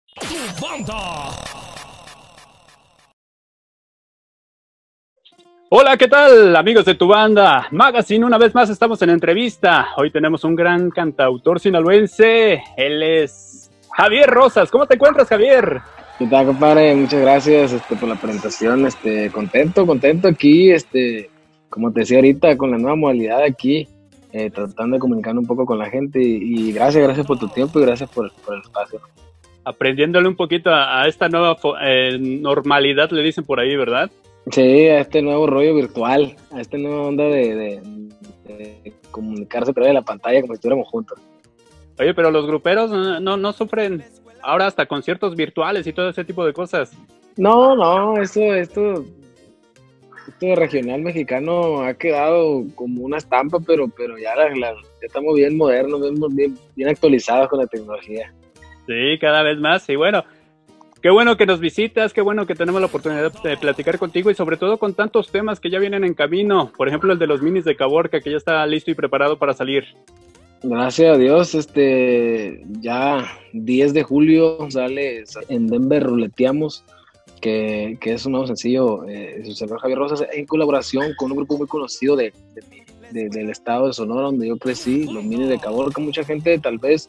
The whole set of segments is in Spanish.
Tu banda. Hola, ¿qué tal, amigos de Tu Banda Magazine? Una vez más estamos en entrevista. Hoy tenemos un gran cantautor sinaloense. Él es Javier Rosas. ¿Cómo te encuentras, Javier? ¿Qué tal, compadre? Muchas gracias por la presentación. Contento aquí, como te decía ahorita, con la nueva modalidad aquí, tratando de comunicar un poco con la gente y gracias por tu tiempo y gracias por el espacio. Aprendiéndole un poquito a esta nueva normalidad, le dicen por ahí, ¿verdad? Sí, a este nuevo rollo virtual, a esta nueva onda de comunicarse a través de la pantalla como si estuviéramos juntos. Oye, pero los gruperos no sufren ahora hasta conciertos virtuales y todo ese tipo de cosas. No, esto de regional mexicano ha quedado como una estampa, pero ya ya estamos bien modernos, bien actualizados con la tecnología. Sí, cada vez más. Y bueno, qué bueno que nos visitas, qué bueno que tenemos la oportunidad de platicar contigo y sobre todo con tantos temas que ya vienen en camino. Por ejemplo, el de los minis de Caborca, que ya está listo y preparado para salir. Gracias a Dios, ya 10 de julio sale en Denver Ruleteamos, que es un nuevo sencillo de su servidor Javier Rosas, en colaboración con un grupo muy conocido del estado de Sonora, donde yo crecí, los Minis de Caborca. Mucha gente tal vez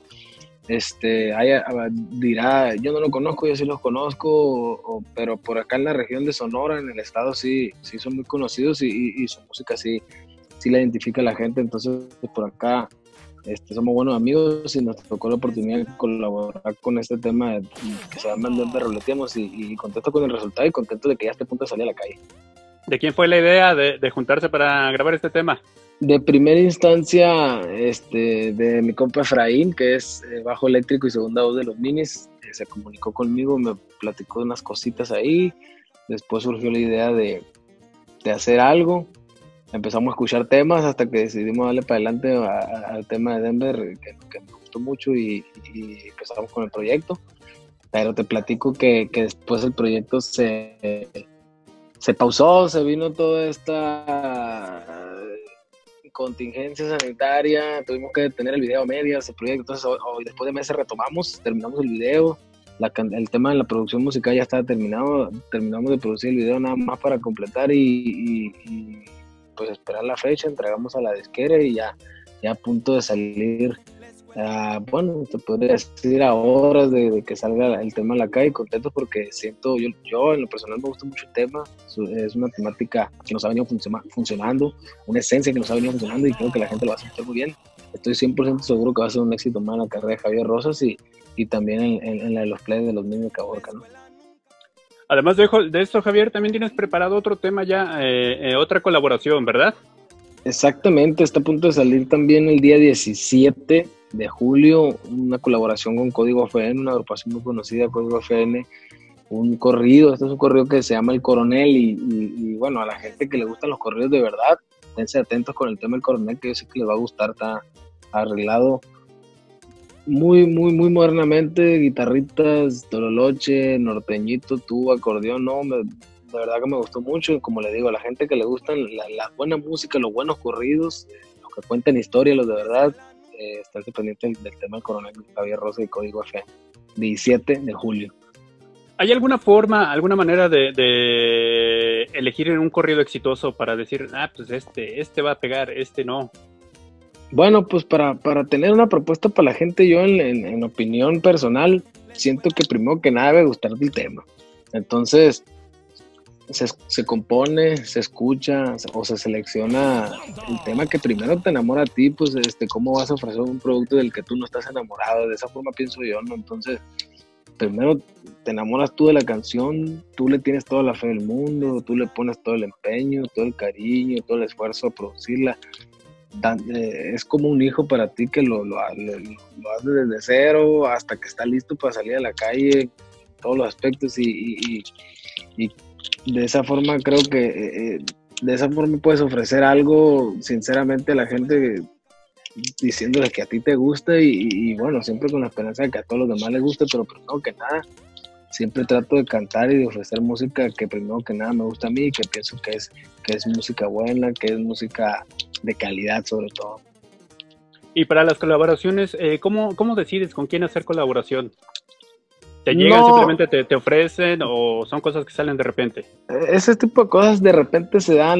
dirá, yo no lo conozco, yo sí los conozco, pero por acá en la región de Sonora, en el estado, sí son muy conocidos y su música sí la identifica la gente. Entonces por acá somos buenos amigos y nos tocó la oportunidad de colaborar con este tema que se llama Donde Roleteamos y contento con el resultado y contento de que ya esté a punto de salir a la calle. ¿De quién fue la idea de juntarse para grabar este tema? De primera instancia, de mi compa Efraín, que es bajo eléctrico y segunda voz de los Minis, se comunicó conmigo, me platicó unas cositas ahí, después surgió la idea de hacer algo. Empezamos a escuchar temas hasta que decidimos darle para adelante al tema de Denver, que me gustó mucho y empezamos con el proyecto. Pero te platico que después el proyecto se pausó, se vino toda esta contingencia sanitaria, tuvimos que detener el video a medias, el proyecto. Entonces hoy después de meses terminamos el video. El tema de la producción musical ya estaba terminado, terminamos de producir el video nada más para completar y pues esperar la fecha, entregamos a la disquera y ya a punto de salir, bueno, te podría decir a horas de que salga el tema a la calle, contentos porque siento, yo en lo personal me gusta mucho el tema, es una temática que nos ha venido funcionando, una esencia que nos ha venido funcionando y creo que la gente lo va a sentir muy bien. Estoy 100% seguro que va a ser un éxito más en la carrera de Javier Rosas y también en la de los plays de los niños de Caborca, ¿no? Además de esto, Javier, también tienes preparado otro tema ya, otra colaboración, ¿verdad? Exactamente, está a punto de salir también el día 17 de julio, una colaboración con Código FN, una agrupación muy conocida, Código FN, un corrido. Este es un corrido que se llama El Coronel y bueno, a la gente que le gustan los corridos de verdad, esténse atentos con el tema del Coronel, que yo sé que les va a gustar. Está arreglado muy modernamente, guitarritas, tololoche, norteñito, tuba, acordeón. No, de verdad que me gustó mucho. Como le digo, a la gente que le gustan la buena música, los buenos corridos, los que cuentan historia, los de verdad, están pendientes del tema del Coronel Javier Rosa y Código F, 17 de julio. ¿Hay alguna forma, alguna manera de elegir en un corrido exitoso para decir, pues este va a pegar, este no? Bueno, pues para tener una propuesta para la gente, yo en opinión personal, siento que primero que nada debe gustarte el tema. Entonces, se compone, se escucha o se selecciona el tema que primero te enamora a ti, pues cómo vas a ofrecer un producto del que tú no estás enamorado. De esa forma pienso yo, ¿no? Entonces, primero te enamoras tú de la canción, tú le tienes toda la fe del mundo, tú le pones todo el empeño, todo el cariño, todo el esfuerzo a producirla. Es como un hijo para ti que lo haces desde cero hasta que está listo para salir a la calle, todos los aspectos y de esa forma creo que de esa forma puedes ofrecer algo sinceramente a la gente, diciéndole que a ti te gusta y bueno, siempre con la esperanza de que a todos los demás les guste, pero primero que nada siempre trato de cantar y de ofrecer música que primero que nada me gusta a mí y que pienso que es música buena, que es música de calidad sobre todo. Y para las colaboraciones, ¿cómo decides con quién hacer colaboración? ¿Te llegan, No, simplemente te ofrecen o son cosas que salen de repente? ese tipo de cosas de repente se dan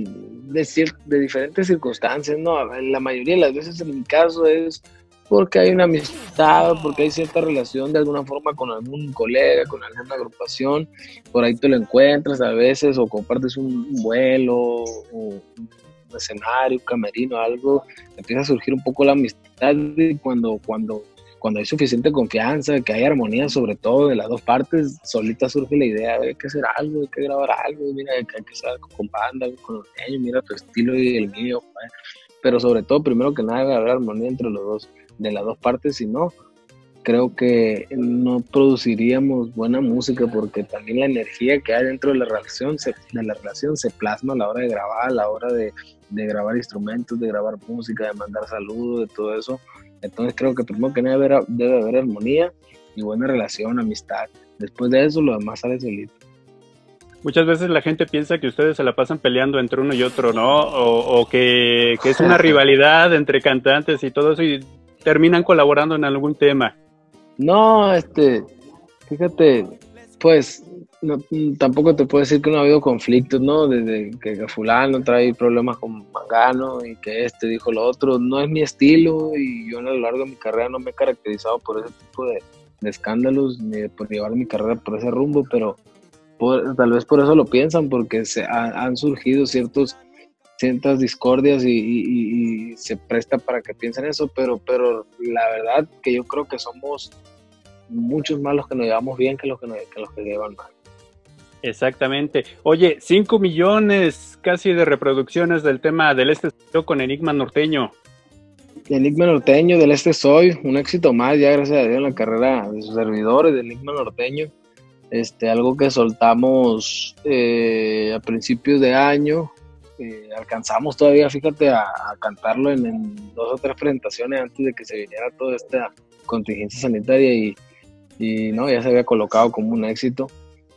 de diferentes circunstancias, ¿no? La mayoría de las veces en mi caso es porque hay una amistad, porque hay cierta relación de alguna forma con algún colega, con alguna agrupación, por ahí te lo encuentras a veces o compartes un vuelo o un escenario, un camerino, algo, empieza a surgir un poco la amistad y cuando hay suficiente confianza, que hay armonía sobre todo de las dos partes, solita surge la idea de hay que hacer algo, hay que grabar algo, mira, hay que hacer algo con banda, algo con norteño, mira tu estilo y el mío, pues. Pero sobre todo, primero que nada, debe haber armonía entre los dos, de las dos partes, si no, creo que no produciríamos buena música porque también la energía que hay dentro de la relación se plasma a la hora de grabar, a la hora de grabar instrumentos, de grabar música, de mandar saludos, de todo eso. Entonces creo que primero que nada debe haber armonía y buena relación, amistad. Después de eso lo demás sale solito. Muchas veces la gente piensa que ustedes se la pasan peleando entre uno y otro, ¿no? O que es una rivalidad entre cantantes y todo eso y terminan colaborando en algún tema. No, fíjate, pues no, tampoco te puedo decir que no ha habido conflictos, ¿no? Desde que fulano trae problemas con Mangano y que este dijo lo otro, no es mi estilo y yo a lo largo de mi carrera no me he caracterizado por ese tipo de escándalos ni por llevar mi carrera por ese rumbo, pero tal vez por eso lo piensan, porque han surgido ciertas discordias y se presta para que piensen eso, pero la verdad que yo creo que somos muchos más los que nos llevamos bien que los que llevan mal. Exactamente. Oye, 5 millones casi de reproducciones del tema del Este Soy Yo con Enigma Norteño. Enigma Norteño, del Este Soy, un éxito más, ya gracias a Dios en la carrera de sus servidores, de Enigma Norteño. Algo que soltamos a principios de año, alcanzamos todavía, fíjate, a cantarlo en 2 o 3 presentaciones antes de que se viniera toda esta contingencia sanitaria y no, ya se había colocado como un éxito.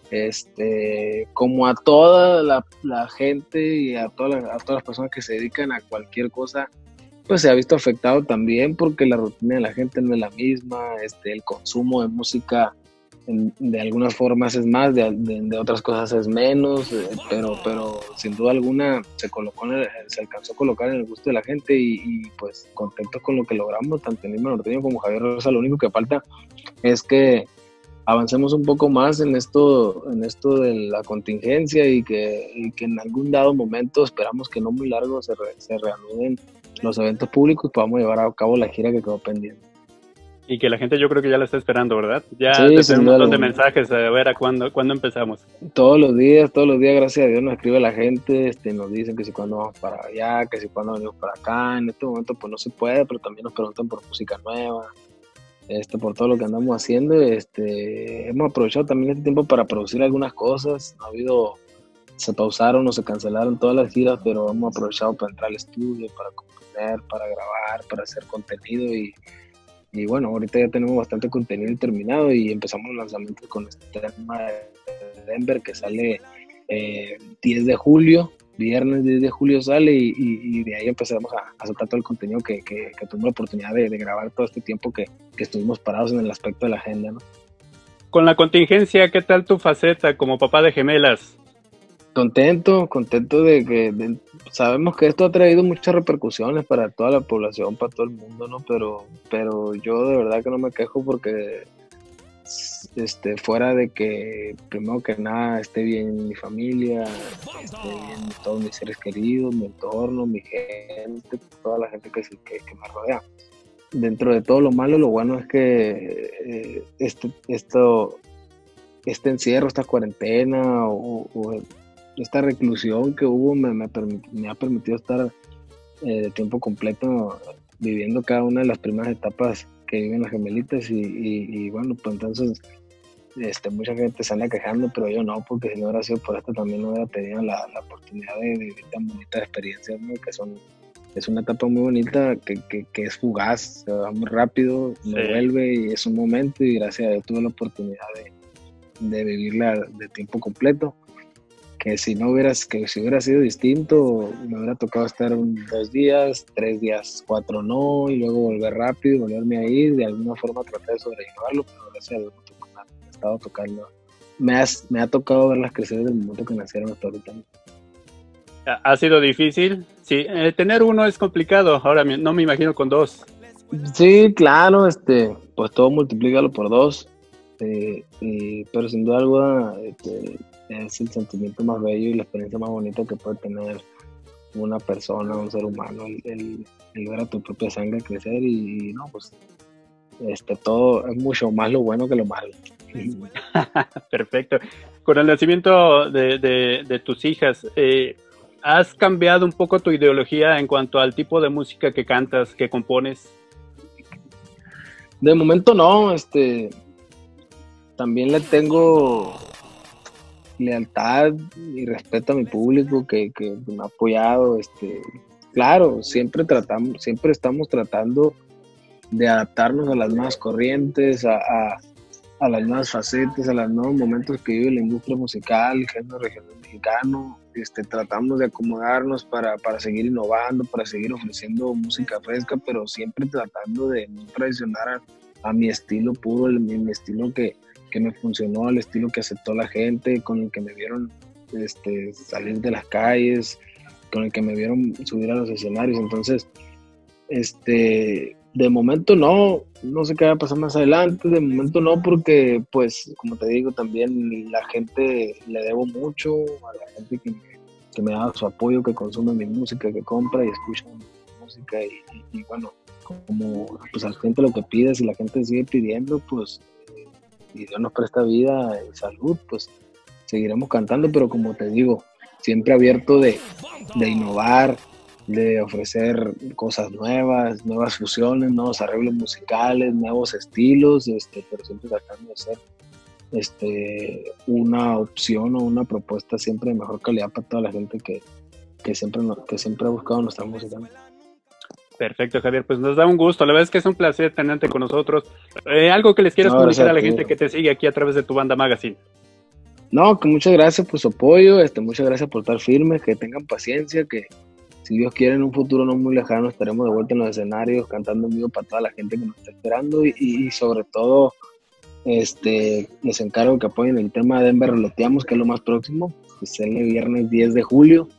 Como a toda la gente y a todas las personas que se dedican a cualquier cosa, pues se ha visto afectado también porque la rutina de la gente no es la misma, el consumo de música de algunas formas es más, de otras cosas es menos, pero sin duda alguna se alcanzó a colocar en el gusto de la gente y pues contentos con lo que logramos, tanto Enigma Norteño como Javier Rosa. Lo único que falta es que avancemos un poco más en esto de la contingencia y que en algún dado momento, esperamos que no muy largo, se reanuden los eventos públicos y podamos llevar a cabo la gira que quedó pendiente. Y que la gente yo creo que ya la está esperando, ¿verdad? Ya Sí, te sin un duda montón de alguna. mensajes a ver a cuándo empezamos. Todos los días, gracias a Dios, nos escribe la gente, nos dicen que si cuándo vamos para allá, que si cuándo venimos para acá. En este momento pues no se puede, pero también nos preguntan por música nueva, por todo lo que andamos haciendo. Hemos aprovechado también este tiempo para producir algunas cosas. Se pausaron o se cancelaron todas las giras, pero hemos aprovechado para entrar al estudio, para componer, para grabar, para hacer contenido y bueno, ahorita ya tenemos bastante contenido terminado y empezamos los lanzamientos con este tema de Denver que sale 10 de julio, viernes 10 de julio sale y de ahí empezamos a soltar todo el contenido que tuvimos la oportunidad de grabar todo este tiempo que estuvimos parados en el aspecto de la agenda, ¿no? Con la contingencia, ¿qué tal tu faceta como papá de gemelas? Contento de que sabemos que esto ha traído muchas repercusiones para toda la población, para todo el mundo, ¿no? Pero yo de verdad que no me quejo porque fuera de que primero que nada esté bien mi familia, esté bien todos mis seres queridos, mi entorno, mi gente, toda la gente que me rodea. Dentro de todo lo malo, lo bueno es que este encierro, esta cuarentena o esta reclusión que hubo me ha permitido estar de tiempo completo viviendo cada una de las primeras etapas que viven las gemelitas y bueno, pues entonces mucha gente se anda quejando, pero yo no, porque si no hubiera sido por esto también no hubiera tenido la oportunidad de vivir tan bonitas experiencias, ¿no? Es una etapa muy bonita que es fugaz, se va muy rápido, no vuelve y es un momento y gracias a Dios tuve la oportunidad de vivirla de tiempo completo. Que si hubiera sido distinto, me hubiera tocado estar 2 días, 3 días, 4 no, y luego volver rápido, volverme a ir, de alguna forma tratar de sobrellevarlo, pero gracias a Dios no tocó nada. estado tocando. Me ha tocado verlas crecer desde el momento que nacieron hasta ahorita. ¿Ha sido difícil? Sí, tener uno es complicado, ahora no me imagino con dos. Sí, claro, pues todo multiplícalo por dos, pero sin duda alguna es el sentimiento más bello y la experiencia más bonita que puede tener una persona, un ser humano, el ver a tu propia sangre crecer y no, pues todo es mucho más lo bueno que lo malo. Perfecto. Con el nacimiento de tus hijas, ¿has cambiado un poco tu ideología en cuanto al tipo de música que cantas, que compones? De momento no, también le tengo lealtad y respeto a mi público que me ha apoyado, claro, siempre estamos tratando de adaptarnos a las nuevas corrientes, a las nuevas facetas, a los nuevos momentos que vive la industria musical, el género regional mexicano. Tratamos de acomodarnos para seguir innovando, para seguir ofreciendo música fresca, pero siempre tratando de no traicionar a mi estilo puro, mi estilo que me funcionó, el estilo que aceptó la gente, con el que me vieron salir de las calles, con el que me vieron subir a los escenarios. Entonces, de momento no sé qué va a pasar más adelante, de momento no, porque pues como te digo, también la gente, le debo mucho a la gente que me da su apoyo, que consume mi música, que compra y escucha mi música y bueno, como pues a la gente lo que pide, si la gente sigue pidiendo, pues y Dios nos presta vida y salud, pues seguiremos cantando, pero como te digo, siempre abierto de innovar, de ofrecer cosas nuevas fusiones, nuevos arreglos musicales, nuevos estilos, pero siempre tratando de ser una opción o una propuesta siempre de mejor calidad para toda la gente que siempre ha buscado nuestra música. Perfecto, Javier, pues nos da un gusto, la verdad es que es un placer tenerte con nosotros. ¿Algo que les quieras comunicar a la gente que te sigue aquí a través de Tu Banda Magazine? No, que muchas gracias por su apoyo, muchas gracias por estar firmes, que tengan paciencia, que si Dios quiere en un futuro no muy lejano estaremos de vuelta en los escenarios cantando en vivo para toda la gente que nos está esperando y sobre todo les encargo que apoyen el tema de Denver Roleteamos, que es lo más próximo, que es el viernes 10 de julio.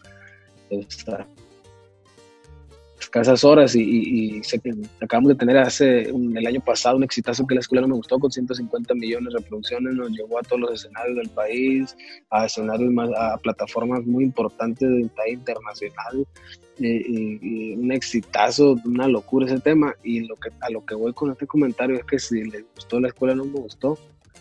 Escasas horas y sé que acabamos de tener el año pasado un exitazo que La Escuela No Me Gustó con 150 millones de reproducciones, nos llevó a todos los escenarios del país, a escenarios a plataformas muy importantes de talla internacional, y un exitazo, una locura ese tema. Y a lo que voy con este comentario es que si les gustó La Escuela No Me Gustó,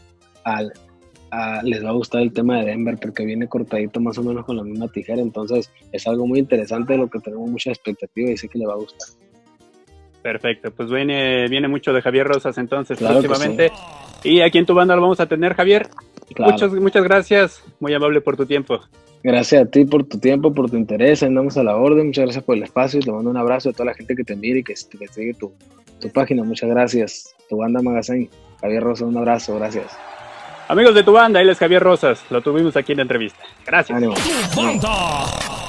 les va a gustar el tema de Denver, porque viene cortadito más o menos con la misma tijera, entonces es algo muy interesante de lo que tenemos mucha expectativa y sé que le va a gustar. Perfecto, pues viene mucho de Javier Rosas entonces, claro, próximamente, sí. Y aquí en Tu Banda lo vamos a tener, Javier. Claro. Muchas gracias, muy amable por tu tiempo. Gracias a ti por tu tiempo, por tu interés, andamos a la orden, muchas gracias por el espacio y te mando un abrazo a toda la gente que te mira y que sigue tu página, muchas gracias. Tu Banda Magazine, Javier Rosas, un abrazo, gracias. Amigos de Tu Banda, él es Javier Rosas, lo tuvimos aquí en la entrevista. Gracias. ¡Ánimo! ¡Tu Banda!